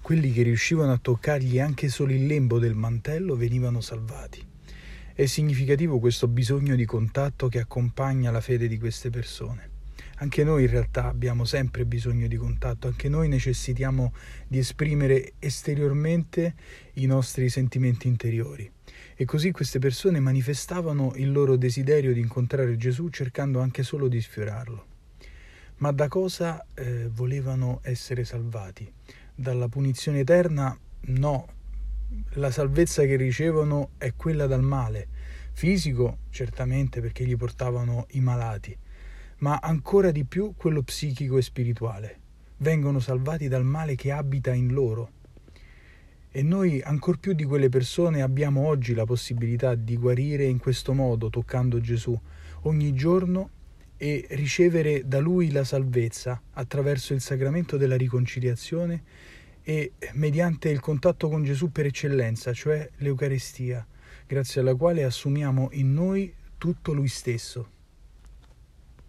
quelli che riuscivano a toccargli anche solo il lembo del mantello venivano salvati. È significativo questo bisogno di contatto che accompagna la fede di queste persone. Anche noi in realtà abbiamo sempre bisogno di contatto, anche noi necessitiamo di esprimere esteriormente i nostri sentimenti interiori. E così queste persone manifestavano il loro desiderio di incontrare Gesù cercando anche solo di sfiorarlo. Ma da cosa volevano essere salvati? Dalla punizione eterna? No. La salvezza che ricevono è quella dal male. Fisico, certamente, perché gli portavano i malati, ma ancora di più quello psichico e spirituale. Vengono salvati dal male che abita in loro. E noi, ancor più di quelle persone, abbiamo oggi la possibilità di guarire in questo modo, toccando Gesù, ogni giorno, e ricevere da Lui la salvezza attraverso il sacramento della riconciliazione e mediante il contatto con Gesù per eccellenza, cioè l'Eucaristia, grazie alla quale assumiamo in noi tutto Lui stesso.